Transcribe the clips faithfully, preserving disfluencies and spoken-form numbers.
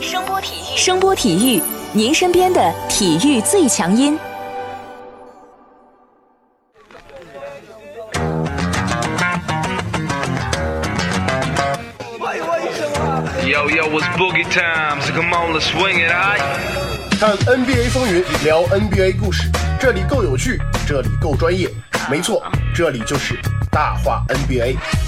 声波体育，声波体育，您身边的体育最强音。 Yo yo, it's boogie time, so come on, let's swing it, alright? 看 N B A 风云，聊 N B A 故事，这里够有趣，这里够专业，没错，这里就是大话 N B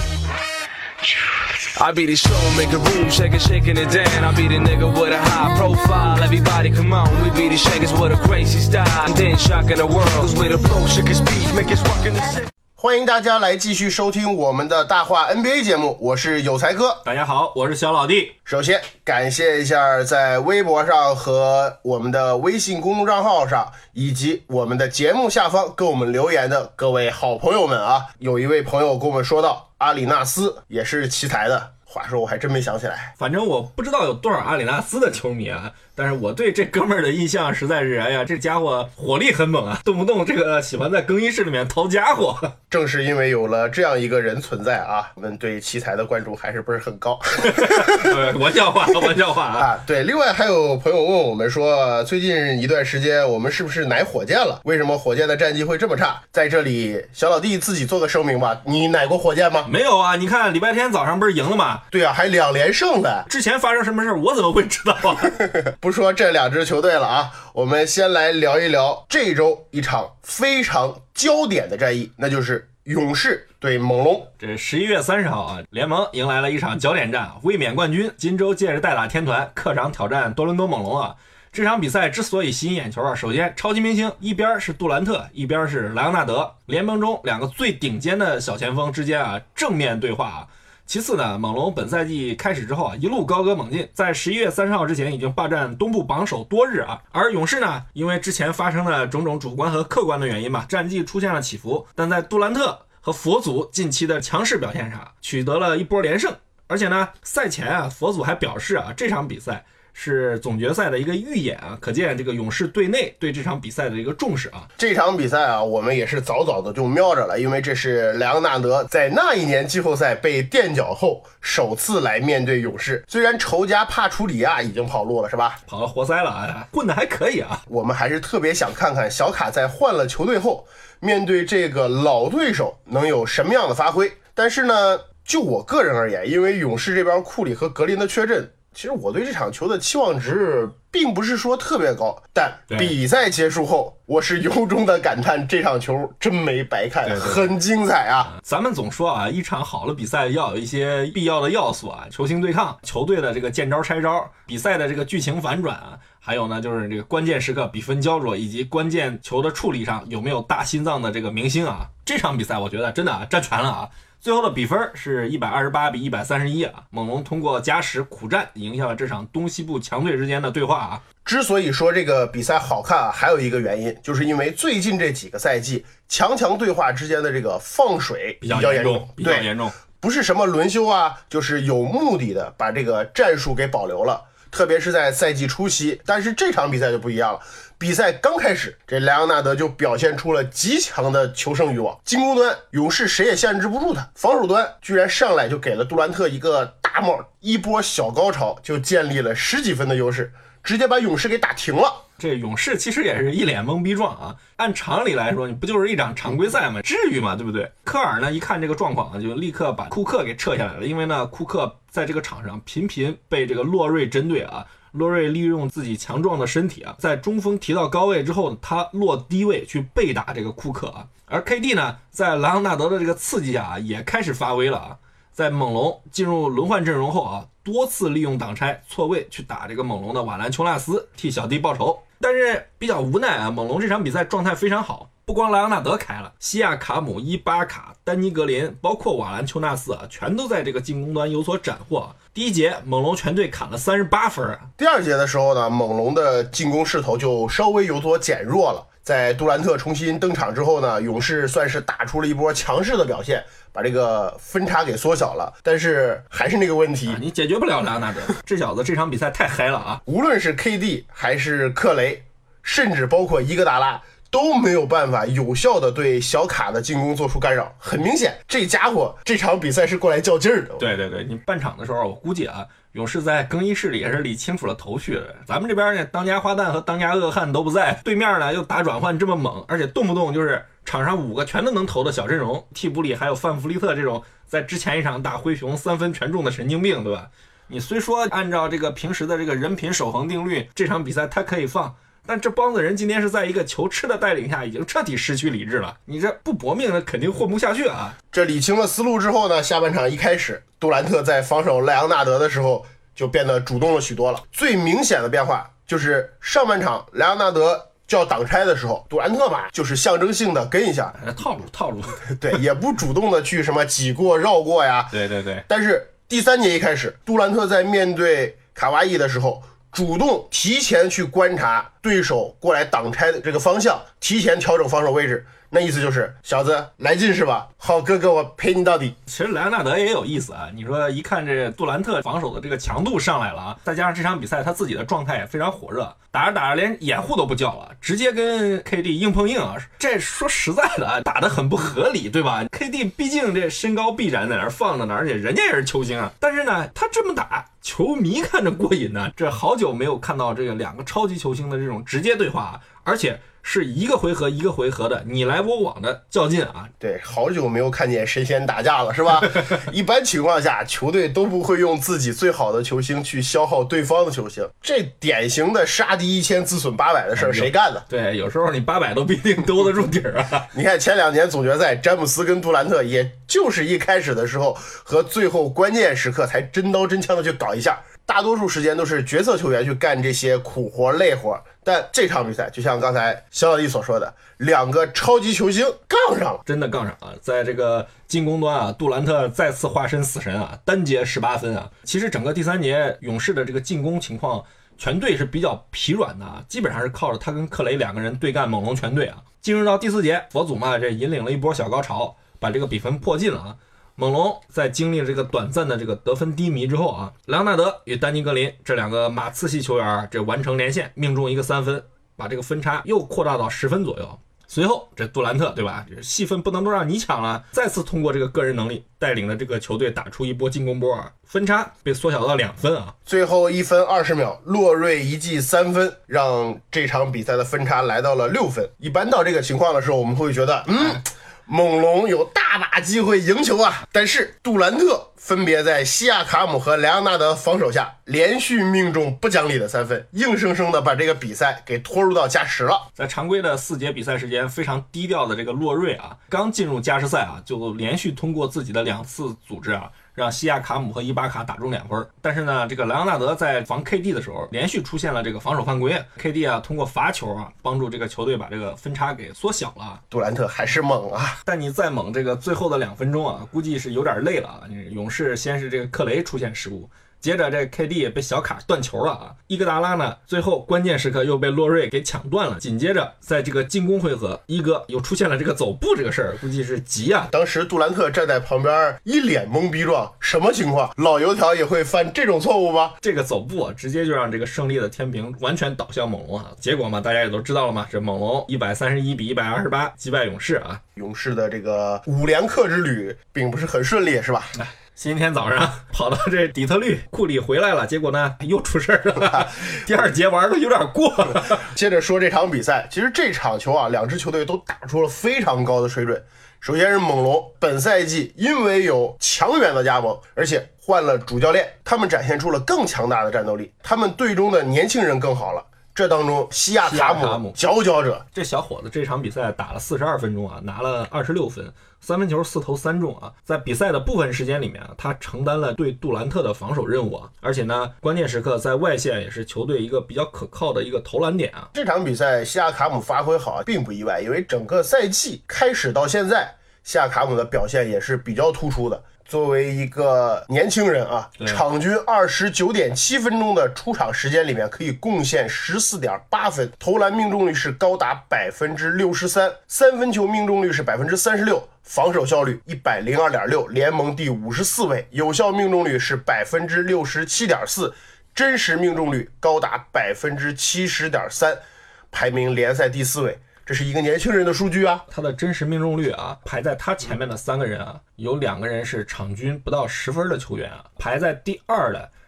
A。I be the show, make a room, shake it, shaking it down. I be the nigga with a high profile. Everybody come on, we be the shakers with a crazy style. And then shocking the world, cause we the flow, shake his speed, make us rockin' the city. 欢迎大家来继续收听我们的大话 N B A 节目，我是有才哥。 大家好，我是小老弟。 首先感谢一下在微博上和我们的微信公众账号上以及我们的节目下方给我们留言的各位好朋友们啊，有一位朋友跟我们说到阿里纳斯也是奇才的，话说我还真没想起来。 反正我不知道有多少阿里纳斯的球迷啊，但是我对这哥们儿的印象实在是，哎呀，这家伙火力很猛啊，动不动这个喜欢在更衣室里面掏家伙。 正是因为有了这样一个人存在啊，我们对奇才的关注还是不是很高。 玩笑话，玩笑话啊！ 啊，对。另外还有朋友问我们说，最近一段时间我们是不是奶火箭了？为什么火箭的战绩会这么差？在这里，小老弟自己做个声明吧，你奶过火箭吗？ 没有啊，你看礼拜天早上不是赢了吗？ 对啊，还两连胜了。 之前发生什么事我怎么会知道啊？ 不说这两支球队了啊，我们先来聊一聊这周一场非常焦点的战役，那就是勇士对猛龙。 这十一月三十号啊，联盟迎来了一场焦点战，卫冕冠军金州借着代打天团客场挑战多伦多猛龙啊。这场比赛之所以吸引眼球啊，首先超级明星一边是杜兰特，一边是莱昂纳德，联盟中两个最顶尖的小前锋之间啊正面对话啊。其次呢，猛龙本赛季开始之后啊，一路高歌猛进，在十一月三十号之前已经霸占东部榜首多日啊。而勇士呢，因为之前发生的种种主观和客观的原因嘛，战绩出现了起伏，但在杜兰特和佛祖近期的强势表现上，取得了一波连胜。而且呢，赛前啊，佛祖还表示啊，这场比赛是总决赛的一个预演啊，可见这个勇士队内对这场比赛的一个重视啊。 这场比赛啊，我们也是早早的就瞄着了，因为这是莱昂纳德在那一年季后赛被垫脚后首次来面对勇士。虽然仇家帕楚里亚已经跑路了，是吧？ 跑到活塞了啊，混得还可以啊。 我们还是特别想看看小卡在换了球队后，面对这个老对手能有什么样的发挥。但是呢，就我个人而言，因为勇士这边库里和格林的缺阵，其实我对这场球的期望值并不是说特别高，但比赛结束后，我是由衷的感叹这场球真没白看， 对对很精彩啊！ 咱们总说啊，一场好的比赛要有一些必要的要素啊，球星对抗，球队的这个见招拆招，比赛的这个剧情反转啊，还有呢就是这个关键时刻比分焦灼，以及关键球的处理上有没有大心脏的这个明星啊。这场比赛我觉得真的啊占全了啊。最后的比分是一百二十八比一百三十一啊，猛龙通过加时苦战赢下了这场东西部强队之间的对话啊。 之所以说这个比赛好看啊，还有一个原因，就是因为最近这几个赛季强强对话之间的这个放水比较严重，比较严重， 不是什么轮休啊，就是有目的的把这个战术给保留了，特别是在赛季初期。但是这场比赛就不一样了，比赛刚开始，这莱昂纳德就表现出了极强的求胜欲望。进攻端，勇士谁也限制不住他；防守端，居然上来就给了杜兰特一个大帽，一波小高潮就建立了十几分的优势，直接把勇士给打停了。 这勇士其实也是一脸懵逼状啊！按常理来说，你不就是一场常规赛吗？至于吗？对不对？科尔呢，一看这个状况，就立刻把库克给撤下来了，因为呢，库克在这个场上频频被这个洛瑞针对啊。洛瑞利用自己强壮的身体啊，在中锋提到高位之后，他落低位去背打这个库克啊。而 K D 呢，在莱昂纳德的这个刺激下啊，也开始发威了啊。在猛龙进入轮换阵容后啊，多次利用挡拆错位去打这个猛龙的瓦兰丘纳斯，替小弟报仇。但是比较无奈啊，猛龙这场比赛状态非常好，不光莱昂纳德开了，西亚卡姆、伊巴卡、丹尼格林，包括瓦兰丘纳斯啊，全都在这个进攻端有所斩获啊。第一节猛龙全队砍了三十八分啊。 第二节的时候呢，猛龙的进攻势头就稍微有所减弱了。在杜兰特重新登场之后呢，勇士算是打出了一波强势的表现，把这个分差给缩小了。但是还是那个问题， 啊、你解决不了莱昂纳德，这小子这场比赛太嗨了啊！ 无论是 K D 还是克雷，甚至包括伊戈达拉，都没有办法有效的对小卡的进攻做出干扰。很明显，这家伙这场比赛是过来较劲儿的。 对对对，你半场的时候，我估计啊， 勇士在更衣室里也是理清楚了头绪。咱们这边呢，当家花旦和当家恶汉都不在，对面呢又打转换这么猛，而且动不动就是场上五个全都能投的小阵容，替补里还有范弗利特这种在之前一场打灰熊三分全中的神经病，对吧？你虽说按照这个平时的这个人品守恒定律，这场比赛他可以放，但这帮子人今天是在一个球痴的带领下，已经彻底失去理智了。你这不搏命的肯定混不下去啊！ 这理清了思路之后呢，下半场一开始，杜兰特在防守莱昂纳德的时候就变得主动了许多了。最明显的变化就是上半场莱昂纳德叫挡拆的时候，杜兰特嘛就是象征性的跟一下， 套路套路， 对，也不主动的去什么挤过绕过呀。 对对对。 但是第三节一开始，杜兰特在面对卡哇伊的时候，主动提前去观察对手过来挡拆的这个方向，提前调整防守位置。那意思就是小子来劲是吧？好哥哥，我陪你到底。 其实莱昂纳德也有意思啊，你说一看这杜兰特防守的这个强度上来了啊，再加上这场比赛他自己的状态也非常火热，打着打着连掩护都不叫了，直接跟 K D 硬碰硬啊。这说实在的啊，打得很不合理，对吧？ K D 毕竟这身高臂展在那儿放在那儿，而且人家也是球星啊，但是呢他这么打球迷看着过瘾呢、啊。这好久没有看到这个两个超级球星的这种直接对话，而且是一个回合一个回合的你来我往的较劲啊！ 对，好久没有看见神仙打架了，是吧？一般情况下，球队都不会用自己最好的球星去消耗对方的球星，这典型的杀敌一千自损八百的事儿，谁干的？ 对，有时候你八百都不一定兜得住底儿啊！ 你看前两年总决赛，詹姆斯跟杜兰特，也就是一开始的时候和最后关键时刻才真刀真枪的去搞一下。大多数时间都是角色球员去干这些苦活累活，但这场比赛就像刚才小老弟所说的，两个超级球星杠上了， 真的杠上啊！在这个进攻端啊，杜兰特再次化身死神啊，单节十八分啊。其实整个第三节勇士的这个进攻情况，全队是比较疲软的啊，基本上是靠着他跟克雷两个人对干猛龙全队啊。进入到第四节，佛祖嘛这引领了一波小高潮，把这个比分破近了啊。猛龙在经历了这个短暂的这个得分低迷之后啊，莱昂纳德与丹尼格林这两个马刺系球员这完成连线，命中一个三分，把这个分差又扩大到十分左右。随后这杜兰特对吧，这戏份不能都让你抢了，再次通过这个个人能力带领了这个球队打出一波进攻波啊，分差被缩小到两分啊。 最后一分二十秒，洛瑞一记三分，让这场比赛的分差来到了六分。一般到这个情况的时候，我们会觉得嗯。猛龙有大把机会赢球啊，但是杜兰特分别在西亚卡姆和莱昂纳德防守下连续命中不讲理的三分，硬生生的把这个比赛给拖入到加时了。 在常规的四节比赛时间非常低调的这个洛瑞啊，刚进入加时赛啊，就连续通过自己的两次组织啊，让西亚卡姆和伊巴卡打中两分。但是呢，这个莱昂纳德在防 K D 的时候连续出现了这个防守犯规 ，K D 啊通过罚球啊帮助这个球队把这个分差给缩小了。 杜兰特还是猛啊， 但你再猛，这个最后的两分钟啊，估计是有点累了啊。勇士先是这个克雷出现失误，接着这 K D 也被小卡断球了啊，伊戈达拉呢最后关键时刻又被洛瑞给抢断了，紧接着在这个进攻回合，伊戈又出现了这个走步这个事儿，估计是急啊。 当时杜兰特站在旁边一脸懵逼状，什么情况？老油条也会犯这种错误吗？ 这个走步啊，直接就让这个胜利的天平完全倒向猛龙啊。结果嘛，大家也都知道了嘛，这猛龙一百三十一比一百二十八击败勇士啊。 勇士的这个五连客之旅并不是很顺利，是吧？ 哎，今天早上跑到这底特律，库里回来了，结果呢又出事了，第二节玩的有点过了。 接着说这场比赛，其实这场球啊，两支球队都打出了非常高的水准。首先是猛龙，本赛季因为有强援的加盟，而且换了主教练，他们展现出了更强大的战斗力，他们队中的年轻人更好了。这当中西亚卡姆佼佼者， 这小伙子这场比赛打了四十二分钟啊，拿了二十六分，三分球四投三中啊。在比赛的部分时间里面啊，他承担了对杜兰特的防守任务啊，而且呢，关键时刻在外线也是球队一个比较可靠的一个投篮点啊。 这场比赛西亚卡姆发挥好并不意外，因为整个赛季开始到现在，西亚卡姆的表现也是比较突出的。作为一个年轻人啊，场均二十九点七分钟的出场时间里面可以贡献十四点八分，投篮命中率是高达百分之六十三，三分球命中率是百分之三十六，防守效率一百零二点六，联盟第五十四位，有效命中率是百分之六十七点四，真实命中率高达百分之七十点三，排名联赛第四位。这是一个年轻人的数据啊， 他的真实命中率啊，排在他前面的三个人啊，有两个人是场均不到十分的球员啊，排在第二的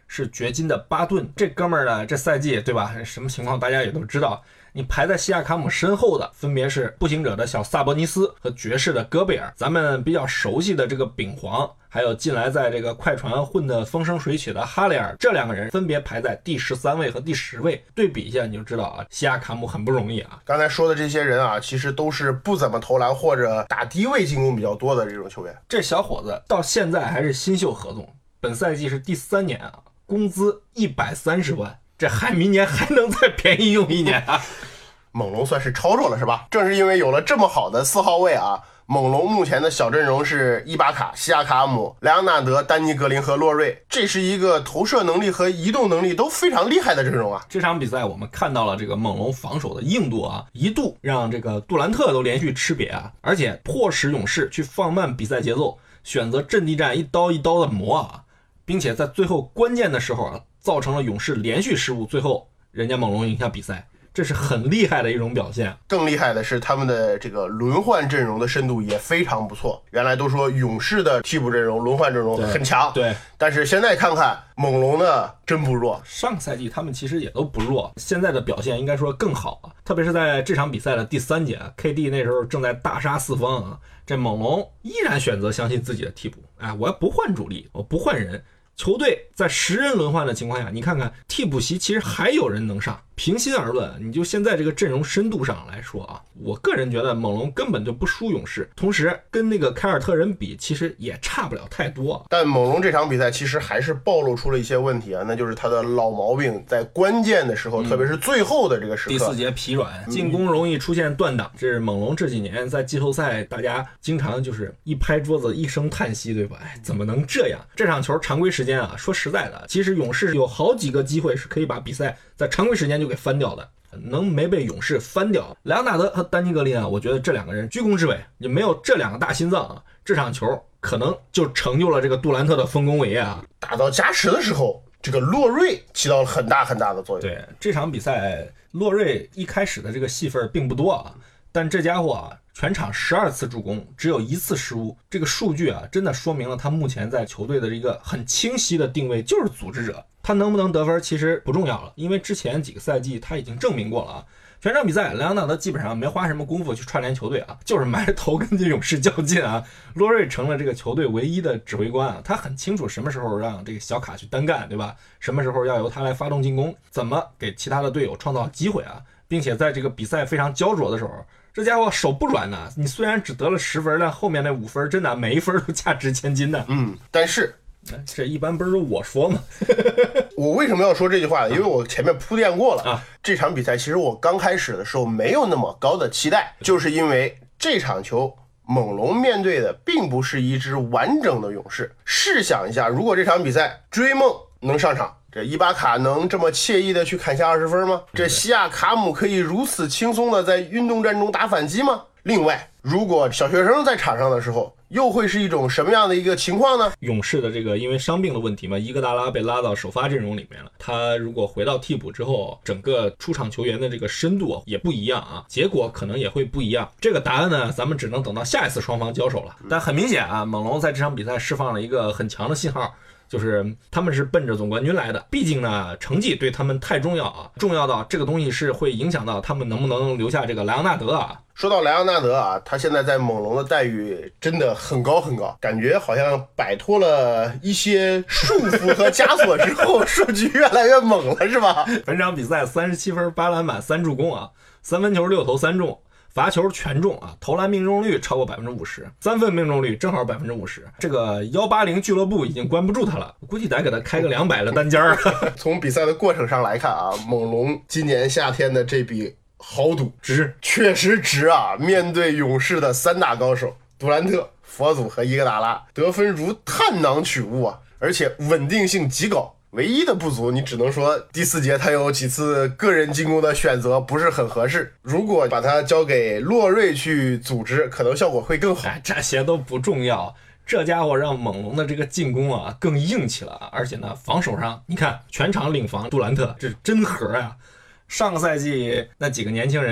是掘金的巴顿。这哥们儿呢，这赛季对吧？什么情况大家也都知道。你排在西亚卡姆身后的分别是步行者的小萨博尼斯和爵士的戈贝尔，咱们比较熟悉的这个丙皇，还有近来在这个快船混得风生水起的哈雷尔，这两个人分别排在第十三位和第十位。对比一下你就知道啊，西亚卡姆很不容易啊。 刚才说的这些人啊，其实都是不怎么投篮或者打低位进攻比较多的这种球员。 这小伙子到现在还是新秀合同，本赛季是第三年啊，工资一百三十万。这还明年还能再便宜用一年啊！ 猛龙算是超着了是吧？正是因为有了这么好的四号位啊，猛龙目前的小阵容是伊巴卡、西亚卡姆、莱昂纳德、丹尼格林和洛瑞，这是一个投射能力和移动能力都非常厉害的阵容啊。 这场比赛我们看到了这个猛龙防守的硬度啊，一度让这个杜兰特都连续吃瘪啊，而且迫使勇士去放慢比赛节奏，选择阵地战一刀一刀的磨啊，并且在最后关键的时候啊，造成了勇士连续失误，最后人家猛龙赢下比赛，这是很厉害的一种表现。 更厉害的是他们的这个轮换阵容的深度也非常不错。原来都说勇士的替补阵容轮换阵容很强， 对， 但是现在看看猛龙呢真不弱。 上个赛季他们其实也都不弱，现在的表现应该说更好啊。特别是在这场比赛的第三节 K D 那时候正在大杀四方啊，这猛龙依然选择相信自己的替补，哎，我要不换主力，我不换人。球队在十人轮换的情况下，你看看替补席其实还有人能上。平心而论，你就现在这个阵容深度上来说啊，我个人觉得猛龙根本就不输勇士，同时跟那个凯尔特人比，其实也差不了太多。 但猛龙这场比赛其实还是暴露出了一些问题啊，那就是他的老毛病，在关键的时候，嗯、特别是最后的这个时刻， 第四节疲软，进攻容易出现断档，这是猛龙这几年在季后赛大家经常就是一拍桌子一声叹息，对吧？哎，怎么能这样？这场球常规时间啊，说实在的，其实勇士有好几个机会是可以把比赛在常规时间就给翻掉的，能没被勇士翻掉？莱昂纳德和丹尼格林啊，我觉得这两个人居功至伟，你没有这两个大心脏啊，这场球可能就成就了这个杜兰特的丰功伟业啊。 打到加时的时候，这个洛瑞起到了很大很大的作用。 对，这场比赛洛瑞一开始的这个戏份并不多啊，但这家伙啊，全场十二次助攻，只有一次失误，这个数据啊，真的说明了他目前在球队的一个很清晰的定位，就是组织者。他能不能得分其实不重要了，因为之前几个赛季他已经证明过了啊。全场比赛莱昂纳德基本上没花什么功夫去串联球队啊，就是埋着头跟这勇士较劲啊。洛瑞成了这个球队唯一的指挥官啊，他很清楚什么时候让这个小卡去单干，对吧？什么时候要由他来发动进攻，怎么给其他的队友创造机会啊，并且在这个比赛非常焦灼的时候，这家伙手不软呢。你虽然只得了十分，但后面那五分真的每一分都价值千金的。 嗯，但是这一般不是我说吗？ 我为什么要说这句话呢？因为我前面铺垫过了啊。 这场比赛其实我刚开始的时候没有那么高的期待，就是因为这场球猛龙面对的并不是一支完整的勇士。试想一下，如果这场比赛追梦能上场，这伊巴卡能这么惬意的去砍下二十分吗？这西亚卡姆可以如此轻松的在运动战中打反击吗？另外，如果小学生在场上的时候，又会是一种什么样的一个情况呢？ 勇士的这个因为伤病的问题嘛，伊戈达拉被拉到首发阵容里面了。他如果回到替补之后，整个出场球员的这个深度也不一样啊，结果可能也会不一样。这个答案呢，咱们只能等到下一次双方交手了。但很明显啊，猛龙在这场比赛释放了一个很强的信号。就是他们是奔着总冠军来的，毕竟呢成绩对他们太重要啊，重要到这个东西是会影响到他们能不能留下这个莱昂纳德啊。 说到莱昂纳德啊，他现在在猛龙的待遇真的很高很高，感觉好像摆脱了一些束缚和枷锁之后，数据越来越猛了，是吧？ 本场比赛三十七分八篮板三助攻啊，三分球六投三中。罚球全中啊，投篮命中率超过百分之五十，三分命中率正好百分之五十。这个一八零俱乐部已经关不住他了，估计得给他开个两百的单间儿。 从比赛的过程上来看啊，猛龙今年夏天的这笔豪赌值， 确实值啊！面对勇士的三大高手杜兰特、佛祖和伊戈达拉，得分如探囊取物啊，而且稳定性极高。唯一的不足，你只能说第四节他有几次个人进攻的选择不是很合适。如果把他交给洛瑞去组织，可能效果会更好。 哎，这些都不重要，这家伙让猛龙的这个进攻啊更硬气了，而且呢，防守上你看全场领防杜兰特，这是真核啊！上个赛季那几个年轻人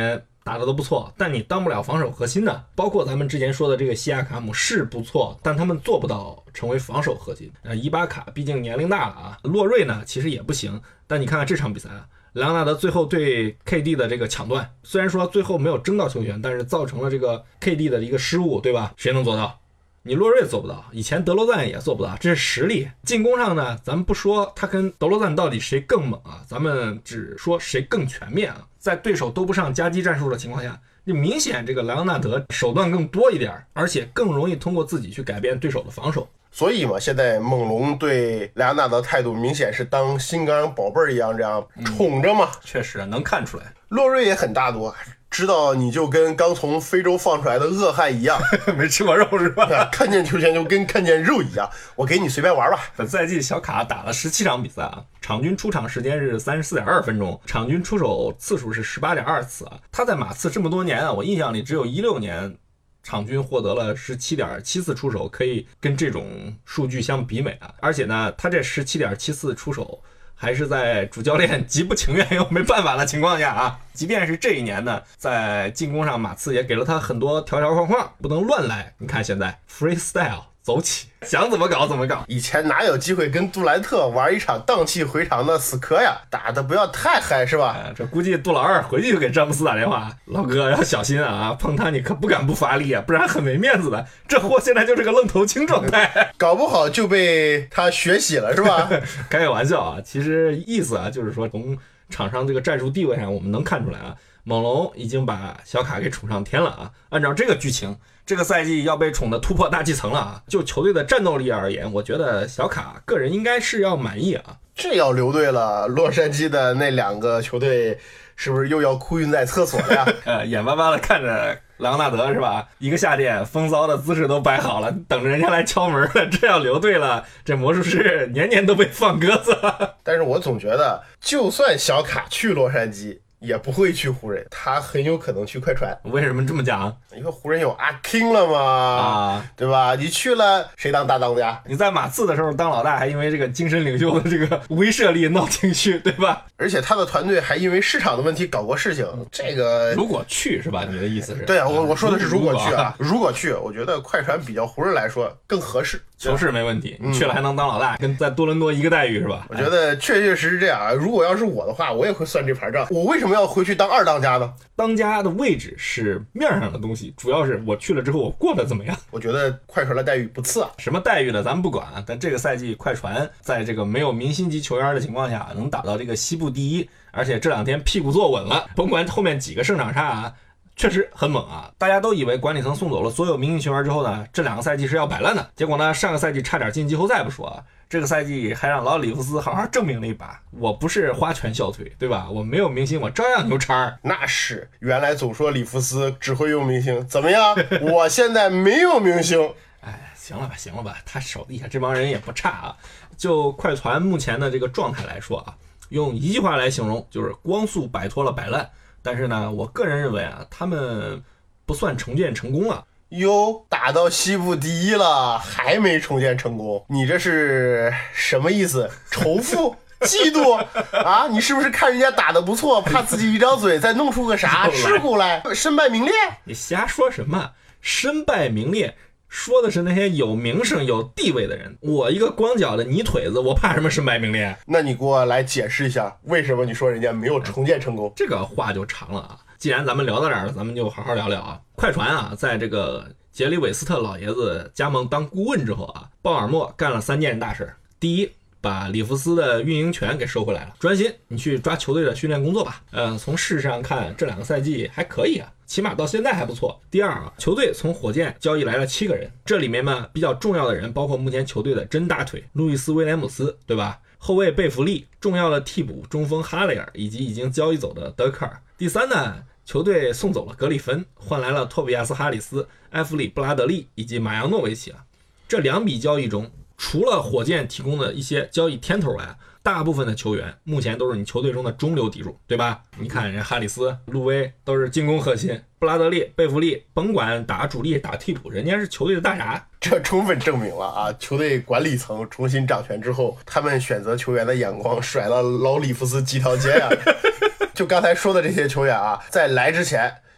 打得都不错，但你当不了防守核心的。包括咱们之前说的这个西亚卡姆是不错，但他们做不到成为防守核心。呃，伊巴卡毕竟年龄大了啊，洛瑞呢其实也不行。但你看看这场比赛啊，莱昂纳德最后对 K D 的这个抢断，虽然说最后没有争到球权，但是造成了这个 K D 的一个失误，对吧？谁能做到？你洛瑞做不到，以前德罗赞也做不到，这是实力。进攻上呢，咱们不说他跟德罗赞到底谁更猛啊，咱们只说谁更全面啊。在对手都不上夹击战术的情况下，就明显这个莱昂纳德手段更多一点，而且更容易通过自己去改变对手的防守。 所以嘛，现在猛龙对莱昂纳德态度明显是当心肝宝贝儿一样这样宠着嘛、 嗯、确实能看出来。 洛瑞也很大度，知道你就跟刚从非洲放出来的恶汉一样没吃过肉是吧？ 看见球权就跟看见肉一样，我给你随便玩吧。 本赛季小卡打了十七场比赛啊，场均出场时间是 三十四点二 分钟，场均出手次数是 十八点二 次啊。他在马刺这么多年啊，我印象里只有一六年场均获得了 十七点七 次出手，可以跟这种数据相比美啊。而且呢，他这 十七点七 次出手还是在主教练极不情愿又没办法的情况下啊。即便是这一年呢，在进攻上马刺也给了他很多条条框框，不能乱来。你看现在 freestyle 走起，想怎么搞怎么搞。 以前哪有机会跟杜兰特玩一场荡气回肠的死磕呀？打的不要太嗨是吧、 呃、这估计杜老二回去就给詹姆斯打电话，老哥要小心啊，碰他你可不敢不发力啊，不然很没面子的。这货现在就是个愣头青状态搞不好就被他学习了是吧？ 开个玩笑啊，其实意思啊就是说从场上这个战术地位上我们能看出来啊，猛龙已经把小卡给宠上天了啊。按照这个剧情，这个赛季要被宠的突破大气层了啊！就球队的战斗力而言，我觉得小卡个人应该是要满意啊。 这要留对了，洛杉矶的那两个球队是不是又要哭晕在厕所了呀？ 呃，眼巴巴的看着莱昂纳德是吧？一个下垫，风骚的姿势都摆好了，等着人家来敲门了。这要留对了，这魔术师年年都被放鸽子。 但是我总觉得，就算小卡去洛杉矶，也不会去湖人，他很有可能去快船。 为什么这么讲？ 因为湖人有阿 King 了嘛，啊，对吧？你去了，谁当大当家？ 你在马刺的时候当老大，还因为这个精神领袖的这个威慑力闹情绪，对吧？ 而且他的团队还因为市场的问题搞过事情。这个如果去是吧？你的意思是？ 对啊，我我说的是如果去啊，如果去，我觉得快船比较湖人来说更合适。 球市没问题，你去了还能当老大，嗯、跟在多伦多一个待遇是吧？ 我觉得确确实实这样啊。如果要是我的话，我也会算这盘账。我为什么要回去当二当家呢？ 当家的位置是面上的东西，主要是我去了之后我过得怎么样。 我觉得快船的待遇不次啊。 什么待遇呢？咱们不管。但这个赛季快船在这个没有明星级球员的情况下，能打到这个西部第一，而且这两天屁股坐稳了，甭管后面几个胜场差啊。确实很猛啊！大家都以为管理层送走了所有明星球员之后呢，这两个赛季是要摆烂的。结果呢，上个赛季差点进季后赛不说啊，这个赛季还让老里弗斯好好证明了一把，我不是花拳绣腿，对吧？我没有明星，我照样牛叉。 那是，原来总说里弗斯只会用明星，怎么样？我现在没有明星。 哎，行了吧，行了吧，他手底下这帮人也不差啊。就快船目前的这个状态来说啊，用一句话来形容，就是光速摆脱了摆烂。但是呢，我个人认为啊，他们不算重建成功了。 哟，打到西部第一了，还没重建成功，你这是什么意思？仇富？嫉妒啊？你是不是看人家打得不错，怕自己一张嘴再弄出个啥事故来，身败名裂？ 你瞎说什么？身败名裂？说的是那些有名声有地位的人，我一个光脚的泥腿子，我怕什么身败名裂？ 那你给我来解释一下，为什么你说人家没有重建成功？ 这个话就长了啊。既然咱们聊到这儿了，咱们就好好聊聊啊。快船啊，在这个杰里韦斯特老爷子加盟当顾问之后啊，鲍尔默干了三件大事。第一，把里弗斯的运营权给收回来了，专心你去抓球队的训练工作吧。呃，从事实上看，这两个赛季还可以啊，起码到现在还不错。第二啊，球队从火箭交易来了七个人，这里面呢比较重要的人包括目前球队的真大腿路易斯威廉姆斯，对吧？后卫贝弗利，重要的替补中锋哈雷尔，以及已经交易走的德克尔。第三呢，球队送走了格里芬，换来了托比亚斯哈里斯、埃弗里布拉德利以及马扬诺维奇啊。这两笔交易中，除了火箭提供的一些交易天头外，大部分的球员目前都是你球队中的中流砥柱，对吧？你看人哈里斯、路威都是进攻核心，布拉德利、贝弗利甭管打主力打替补，人家是球队的大闸。 这充分证明了啊，球队管理层重新掌权之后，他们选择球员的眼光甩了老里弗斯几条街啊。就刚才说的这些球员啊，在来之前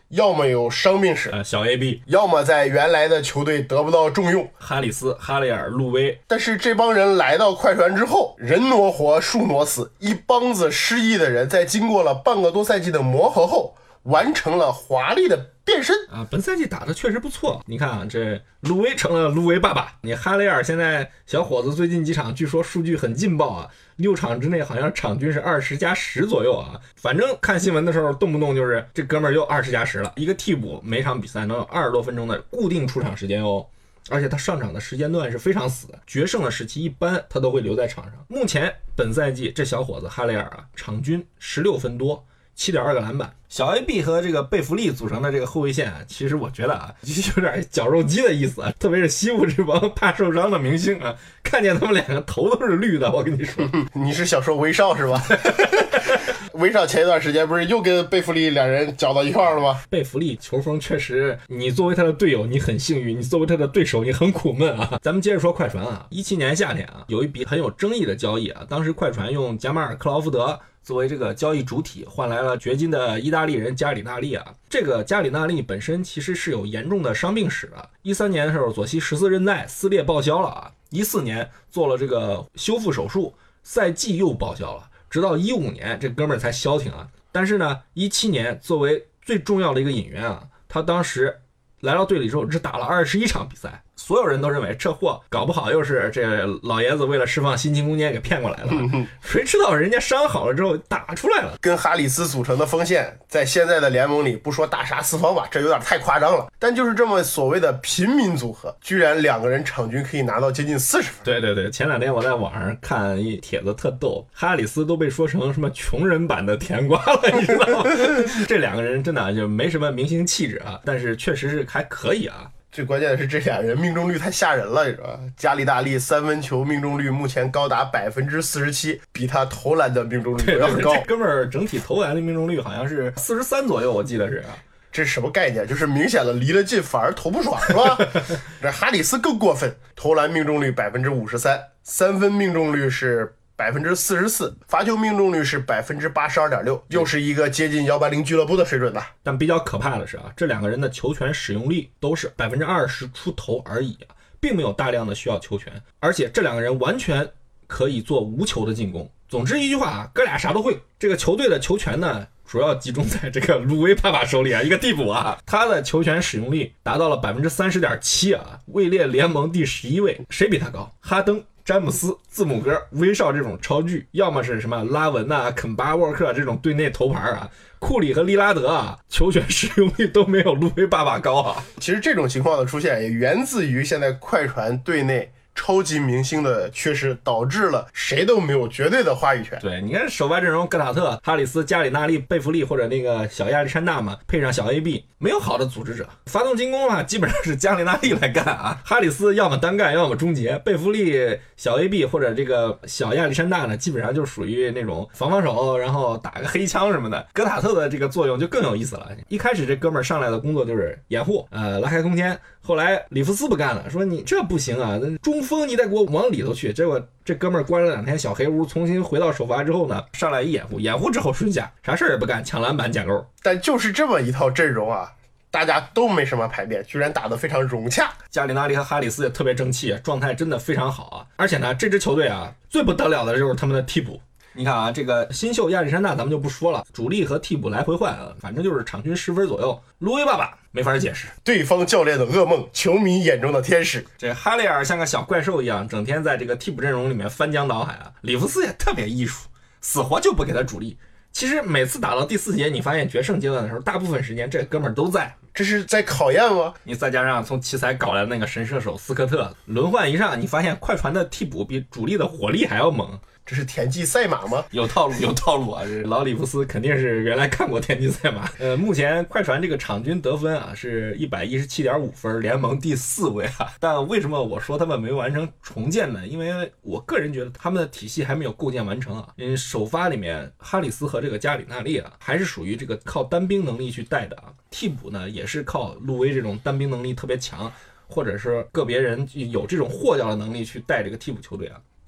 要么有伤病史， 呃，小 A B， 要么在原来的球队得不到重用。 哈里斯、哈雷尔、路威， 但是这帮人来到快船之后，人挪活，树挪死，一帮子失意的人在经过了半个多赛季的磨合后，完成了华丽的变身啊！本赛季打的确实不错，你看啊，这路威成了路威爸爸，你哈雷尔现在小伙子最近几场据说数据很劲爆啊，六场之内好像场均是二十加十左右啊，反正看新闻的时候动不动就是这哥们儿又二十加十了，一个替补每场比赛能有二十多分钟的固定出场时间哦。而且他上场的时间段是非常死的，决胜的时期一般他都会留在场上。目前本赛季这小伙子哈雷尔啊，场均十六分多，七点二个篮板。小 A B 和这个贝弗利组成的这个后卫线啊，其实我觉得啊，有点绞肉机的意思啊，特别是西部这帮怕受伤的明星啊，看见他们两个头都是绿的，我跟你说。 你是想说威少是吧？威少前一段时间不是又跟贝弗利两人搅到一块儿了吗？ 贝弗利球风确实，你作为他的队友你很幸运，你作为他的对手你很苦闷啊。咱们接着说快船啊，一七年夏天啊，有一笔很有争议的交易啊，当时快船用贾马尔·克劳福德作为这个交易主体，换来了掘金的意大利人加里纳利啊。这个加里纳利本身其实是有严重的伤病史的，一三年的时候左膝十字韧带撕裂报销了啊，一四年做了这个修复手术，赛季又报销了，直到一五年这哥们儿才消停啊。但是呢，一七年作为最重要的一个引援啊，他当时来到队里之后只打了二十一场比赛，所有人都认为这货搞不好又是这老爷子为了释放薪金空间给骗过来了，谁知道人家伤好了之后打出来了。 跟哈里斯组成的锋线在现在的联盟里不说大杀四方吧，这有点太夸张了，但就是这么所谓的平民组合，居然两个人场均可以拿到接近四十分。 对对对，前两天我在网上看一帖子特逗，哈里斯都被说成什么穷人版的甜瓜了，你知道吗？这两个人真的就没什么明星气质啊，但是确实是还可以啊。 最关键的是这俩人命中率太吓人了，你知道吧？加里纳利三分球命中率目前高达百分之四十七，比他投篮的命中率要高。 这哥们儿整体投篮的命中率好像是四十三左右，我记得是。 这是什么概念？就是明显了离了近反而投不爽是吧？这哈里斯更过分，投篮命中率百分之五十三，三分命中率是百分之四十四，罚球命中率是百分之八十二点六，又是一个接近幺八零俱乐部的水准的。 但比较可怕的是啊，这两个人的球权使用率都是百分之二十出头而已啊，并没有大量的需要球权，而且这两个人完全可以做无球的进攻。总之一句话啊，哥俩啥都会。这个球队的球权呢，主要集中在这个鲁威爸爸手里啊，一个替补啊，他的球权使用率达到了百分之三十点七啊，位列联盟第十一位。谁比他高？哈登、詹姆斯、字母哥、威少这种超巨，要么是什么拉文呐、啊、肯巴沃克这种队内头牌啊，库里和利拉德啊，球权使用率都没有路威爸爸高啊。 其实这种情况的出现也源自于现在快船队内超级明星的缺失，导致了谁都没有绝对的话语权。 对，你看首发阵容，戈塔特、哈里斯、加里纳利、贝弗利或者那个小亚历山大嘛，配上小 A B， 没有好的组织者。发动进攻啊，基本上是加里纳利来干啊。哈里斯要么单干，要么终结。贝弗利、小 A B 或者这个小亚历山大呢，基本上就属于那种防防守，然后打个黑枪什么的。戈塔特的这个作用就更有意思了。一开始这哥们儿上来的工作就是掩护，呃，拉开空间。后来里弗斯不干了，说你这不行啊，中锋你得给我往里头去。结果这哥们儿关了两天小黑屋，重新回到首发之后呢，上来一掩护，掩护之后顺下，啥事儿也不干，抢篮板捡钩。 但就是这么一套阵容啊，大家都没什么排练，居然打得非常融洽。 加里纳利和哈里斯也特别争气，状态真的非常好啊。而且呢，这支球队啊，最不得了的就是他们的替补。你看啊，这个新秀亚历山大咱们就不说了，主力和替补来回换啊，反正就是场均十分左右。卢威爸爸没法解释， 对方教练的噩梦，球迷眼中的天使。 这哈雷尔像个小怪兽一样，整天在这个替补阵容里面翻江倒海啊。里弗斯也特别艺术，死活就不给他主力。其实每次打到第四节，你发现决胜阶段的时候，大部分时间这哥们儿都在。 这是在考验吗？ 你再加上从奇才搞来的那个神射手斯科特，轮换一上，你发现快船的替补比主力的火力还要猛。 这是田忌赛马吗？ 有套路，有套路啊！这老里弗斯肯定是原来看过田忌赛马。呃，目前快船这个场均得分啊是一百一十七点五分，联盟第四位啊。但为什么我说他们没完成重建呢？因为我个人觉得他们的体系还没有构建完成啊。因为首发里面哈里斯和这个加里纳利啊，还是属于这个靠单兵能力去带的啊。替补呢也是靠路威这种单兵能力特别强，或者是个别人有这种获教的能力去带这个替补球队啊。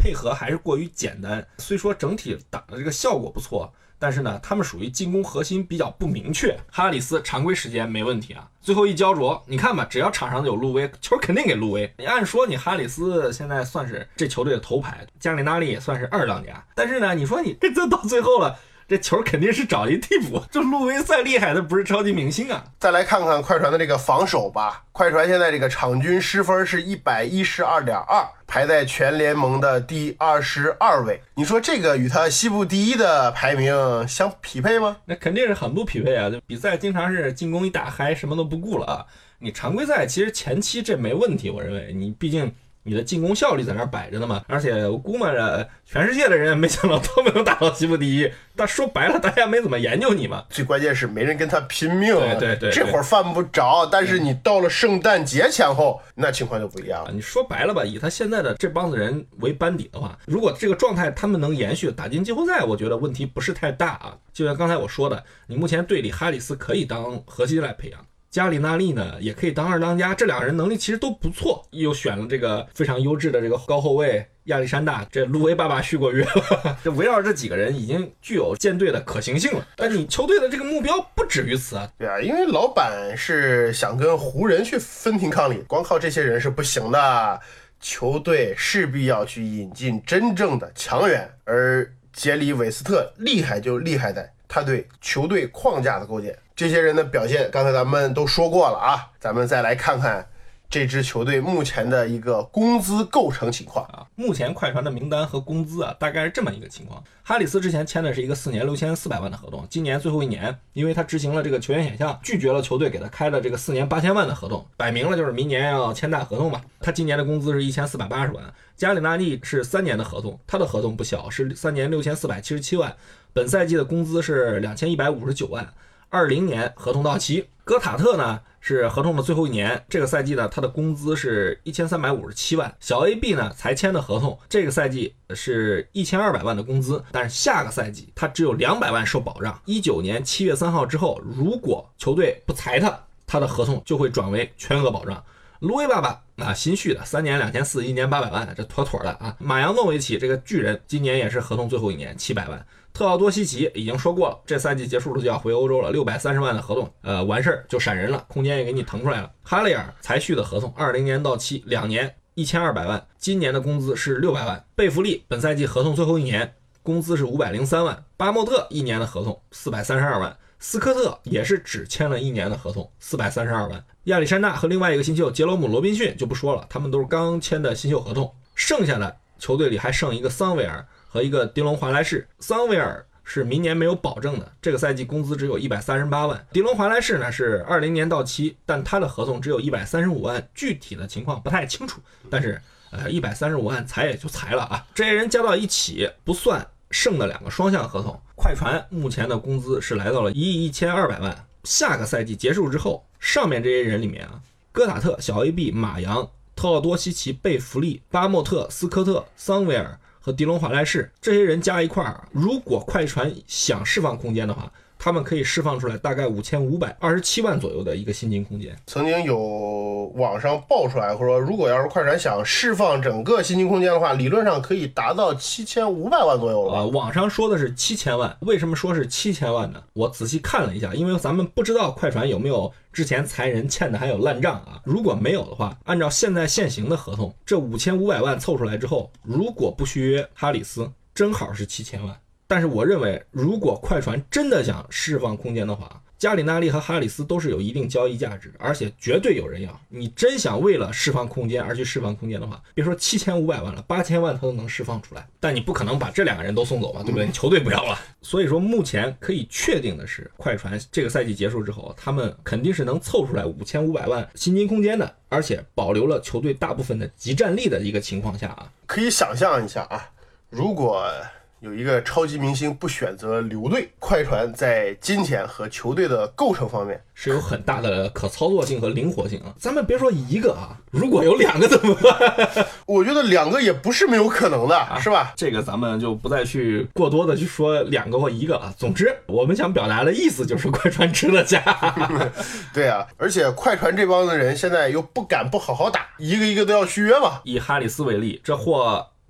配合还是过于简单。虽说整体打的这个效果不错，但是呢，他们属于进攻核心比较不明确。哈里斯常规时间没问题啊，最后一焦灼，你看吧，只要场上有路威，球肯定给路威。你按说你哈里斯现在算是这球队的头牌，加里纳利也算是二当家，但是呢，你说你这这到最后了。这球肯定是找一替补，这路威再厉害的不是超级明星啊。 再来看看快船的这个防守吧，快船现在这个场均失分是一百一十二点二，排在全联盟的第二十二位。你说这个与他西部第一的排名相匹配吗？ 那肯定是很不匹配啊！就比赛经常是进攻一打嗨，什么都不顾了啊。你常规赛其实前期这没问题，我认为你毕竟你的进攻效率在那儿摆着呢嘛，而且我估摸着全世界的人没想到都没有打到西部第一。但说白了，大家没怎么研究你嘛。 最关键是没人跟他拼命， 对对 对, 对， 这会儿犯不着。但是你到了圣诞节前后，那情况就不一样了。 你说白了吧，以他现在的这帮子人为班底的话，如果这个状态他们能延续打进季后赛，我觉得问题不是太大啊。就像刚才我说的，你目前队里哈里斯可以当核心来培养。加里纳利呢也可以当二当家，这两个人能力其实都不错，又选了这个非常优质的这个高后卫亚历山大，这路威爸爸续过约了，这围绕这几个人已经具有建队的可行性了。但你球队的这个目标不止于此啊。 对啊，因为老板是想跟湖人去分庭抗礼，光靠这些人是不行的，球队势必要去引进真正的强援，而杰里韦斯特厉害就厉害在他对球队框架的构建。这些人的表现刚才咱们都说过了啊，咱们再来看看这支球队目前的一个工资构成情况啊。目前快船的名单和工资啊，大概是这么一个情况。哈里斯之前签的是一个四年六千四百万的合同，今年最后一年，因为他执行了这个球员选项，拒绝了球队给他开的这个四年八千万的合同，摆明了就是明年要签大合同嘛。他今年的工资是一千四百八十万，加里纳利是三年的合同，他的合同不小，是三年六千四百七十七万，本赛季的工资是两千一百五十九万。二零年合同到期。戈塔特呢是合同的最后一年，这个赛季呢他的工资是一千三百五十七万。小 A B 呢才签的合同，这个赛季是一千二百万的工资，但是下个赛季他只有两百万受保障。一九年七月三号之后，如果球队不裁他，他的合同就会转为全额保障。卢威爸爸啊，新续的三年两千四，一年八百万，这妥妥的啊。马扬诺维奇这个巨人今年也是合同最后一年，七百万。特奥多西奇已经说过了，这赛季结束了就要回欧洲了，六百三十万的合同，呃，完事儿就闪人了，空间也给你腾出来了。哈雷尔才续的合同，二零年到期，两年一千二百万，今年的工资是六百万。贝弗利本赛季合同最后一年，工资是五百零三万。巴莫特一年的合同四百三十二万。斯科特也是只签了一年的合同，四百三十二万。亚历山大和另外一个新秀杰罗姆·罗宾逊就不说了，他们都是刚签的新秀合同。剩下的球队里还剩一个桑维尔和一个迪隆·华莱士。桑维尔是明年没有保证的，这个赛季工资只有一百三十八万。迪隆·华莱士呢是二零年到期，但他的合同只有一百三十五万，具体的情况不太清楚。但是呃一百三十五万裁也就裁了啊，这些人加到一起不算剩的两个双向合同。快船目前的工资是来到了一亿一千二百万。下个赛季结束之后，上面这些人里面啊，戈塔特、小 A B、马扬、特奥多西奇、贝弗利、巴莫特、斯科特、桑维尔和迪隆·华莱士这些人加一块儿，如果快船想释放空间的话，他们可以释放出来大概五千五百二十七万左右的一个薪金空间。 曾经有网上爆出来，或者说如果要是快船想释放整个薪金空间的话，理论上可以达到七千五百万左右了。 呃，网上说的是七千万，为什么说是七千万呢？我仔细看了一下，因为咱们不知道快船有没有之前裁人欠的还有烂账啊。如果没有的话，按照现在现行的合同，这五千五百万凑出来之后，如果不续约哈里斯，正好是七千万。但是我认为，如果快船真的想释放空间的话，加里纳利和哈里斯都是有一定交易价值，而且绝对有人要。你真想为了释放空间而去释放空间的话，别说七千五百万了，八千万他都能释放出来。但你不可能把这两个人都送走吧，对不对？你球队不要了。所以说，目前可以确定的是，快船这个赛季结束之后，他们肯定是能凑出来五千五百万薪金空间的，而且保留了球队大部分的集战力的一个情况下啊， 可以想象一下啊，如果有一个超级明星不选择留队，快船在金钱和球队的构成方面是有很大的可操作性和灵活性啊。咱们别说一个啊，如果有两个怎么办？ 我觉得两个也不是没有可能的，啊、是吧？ 这个咱们就不再去过多的去说两个或一个了。总之，我们想表达的意思就是快船吃了家。 对啊，而且快船这帮的人现在又不敢不好好打，一个一个都要续约嘛。 以哈里斯为例，这货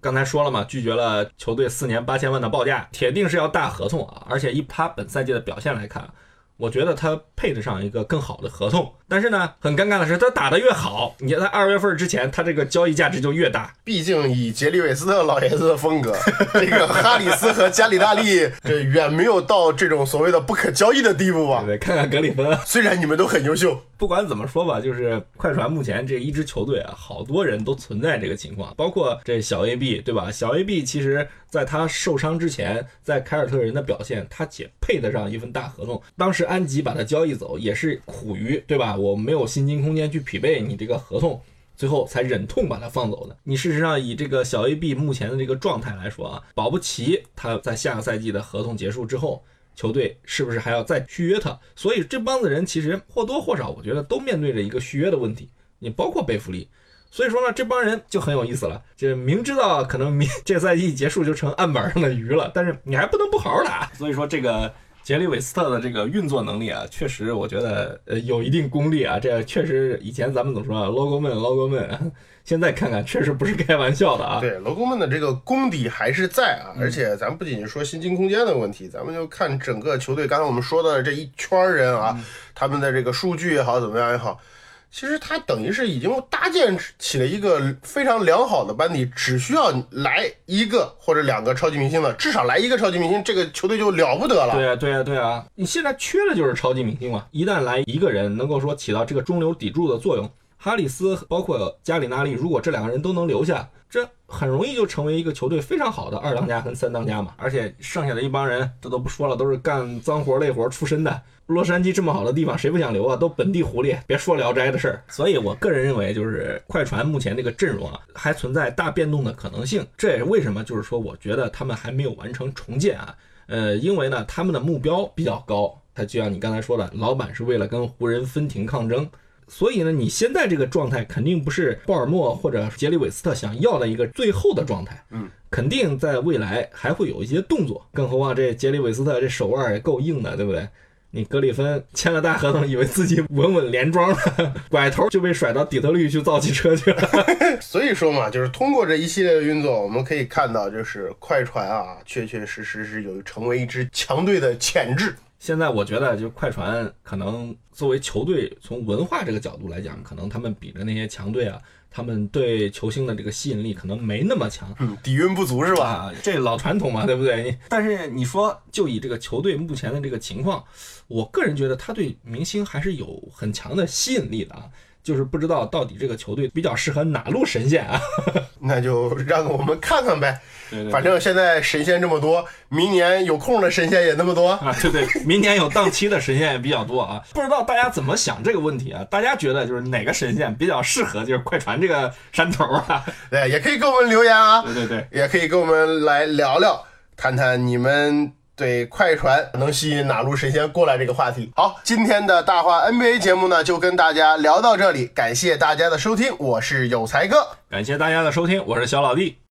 刚才说了嘛，拒绝了球队四年八千万的报价，铁定是要大合同啊！而且以他本赛季的表现来看，我觉得他配得上一个更好的合同。但是呢，很尴尬的是，他打得越好，你在二月份之前，他这个交易价值就越大。 毕竟以杰里韦斯特老爷子的风格，这个哈里斯和加里纳利这远没有到这种所谓的不可交易的地步吧？ 对，看看格里芬， 虽然你们都很优秀。 不管怎么说吧，就是快船目前这一支球队啊，好多人都存在这个情况，包括这小 A B 对吧？小 A B 其实在他受伤之前，在凯尔特人的表现，他也配得上一份大合同。当时安吉把他交易走，也是苦于对吧？我没有薪金空间去匹配你这个合同，最后才忍痛把他放走的。你事实上以这个小 A B 目前的这个状态来说啊，保不齐他在下个赛季的合同结束之后，球队是不是还要再续约他？所以这帮子人其实或多或少我觉得都面对着一个续约的问题，你包括贝弗利。所以说呢，这帮人就很有意思了，就明知道可能明这赛季结束就成案板上的鱼了，但是你还不能不好好打。所以说这个杰里韦斯特的这个运作能力啊，确实我觉得呃有一定功力啊，这确实以前咱们怎么说啊 ，logo man logo man， 现在看看确实不是开玩笑的啊。 对 ，logo man 的这个功底还是在啊，而且咱们不仅说薪金空间的问题，咱们就看整个球队刚才我们说的这一圈人啊，他们的这个数据也好，怎么样也好。其实他等于是已经搭建起了一个非常良好的班底，只需要来一个或者两个超级明星的，至少来一个超级明星，这个球队就了不得了。 对啊，对啊，对啊！你现在缺的就是超级明星嘛，一旦来一个人能够说起到这个中流砥柱的作用，哈里斯包括加里纳利，如果这两个人都能留下，这很容易就成为一个球队非常好的二当家跟三当家嘛。而且剩下的一帮人，这都不说了，都是干脏活累活出身的。洛杉矶这么好的地方，谁不想留啊？都本地狐狸，别说聊斋的事儿。所以我个人认为，就是快船目前这个阵容啊，还存在大变动的可能性。这也是为什么，就是说，我觉得他们还没有完成重建啊。呃，因为呢，他们的目标比较高，他就像你刚才说的，老板是为了跟湖人分庭抗争。所以呢，你现在这个状态肯定不是鲍尔默或者杰里韦斯特想要的一个最后的状态， 嗯， 肯定在未来还会有一些动作。更何况这杰里韦斯特这手腕也够硬的，对不对？你格里芬签了大合同，以为自己稳稳连庄了，拐头就被甩到底特律去造汽车去了。 所以说嘛，就是通过这一系列的运作，我们可以看到，就是快船啊，确确实实是有成为一支强队的潜质。 现在我觉得，就快船可能作为球队，从文化这个角度来讲，可能他们比着那些强队啊，他们对球星的这个吸引力可能没那么强， 嗯，底蕴不足是吧？ 啊，这老传统嘛，对不对？但是你说，就以这个球队目前的这个情况，我个人觉得他对明星还是有很强的吸引力的啊。就是不知道到底这个球队比较适合哪路神仙啊？ 那就让我们看看呗。 对对对， 反正现在神仙这么多，明年有空的神仙也那么多啊。对对，明年有档期的神仙也比较多啊。不知道大家怎么想这个问题啊？大家觉得就是哪个神仙比较适合就是快船这个山头啊？ 对，也可以给我们留言啊。 对对对， 也可以跟我们来聊聊，谈谈你们对快船能吸引哪路神仙过来这个话题。好，今天的大话 N B A 节目呢，就跟大家聊到这里，感谢大家的收听，我是有才哥， 感谢大家的收听，我是小老弟。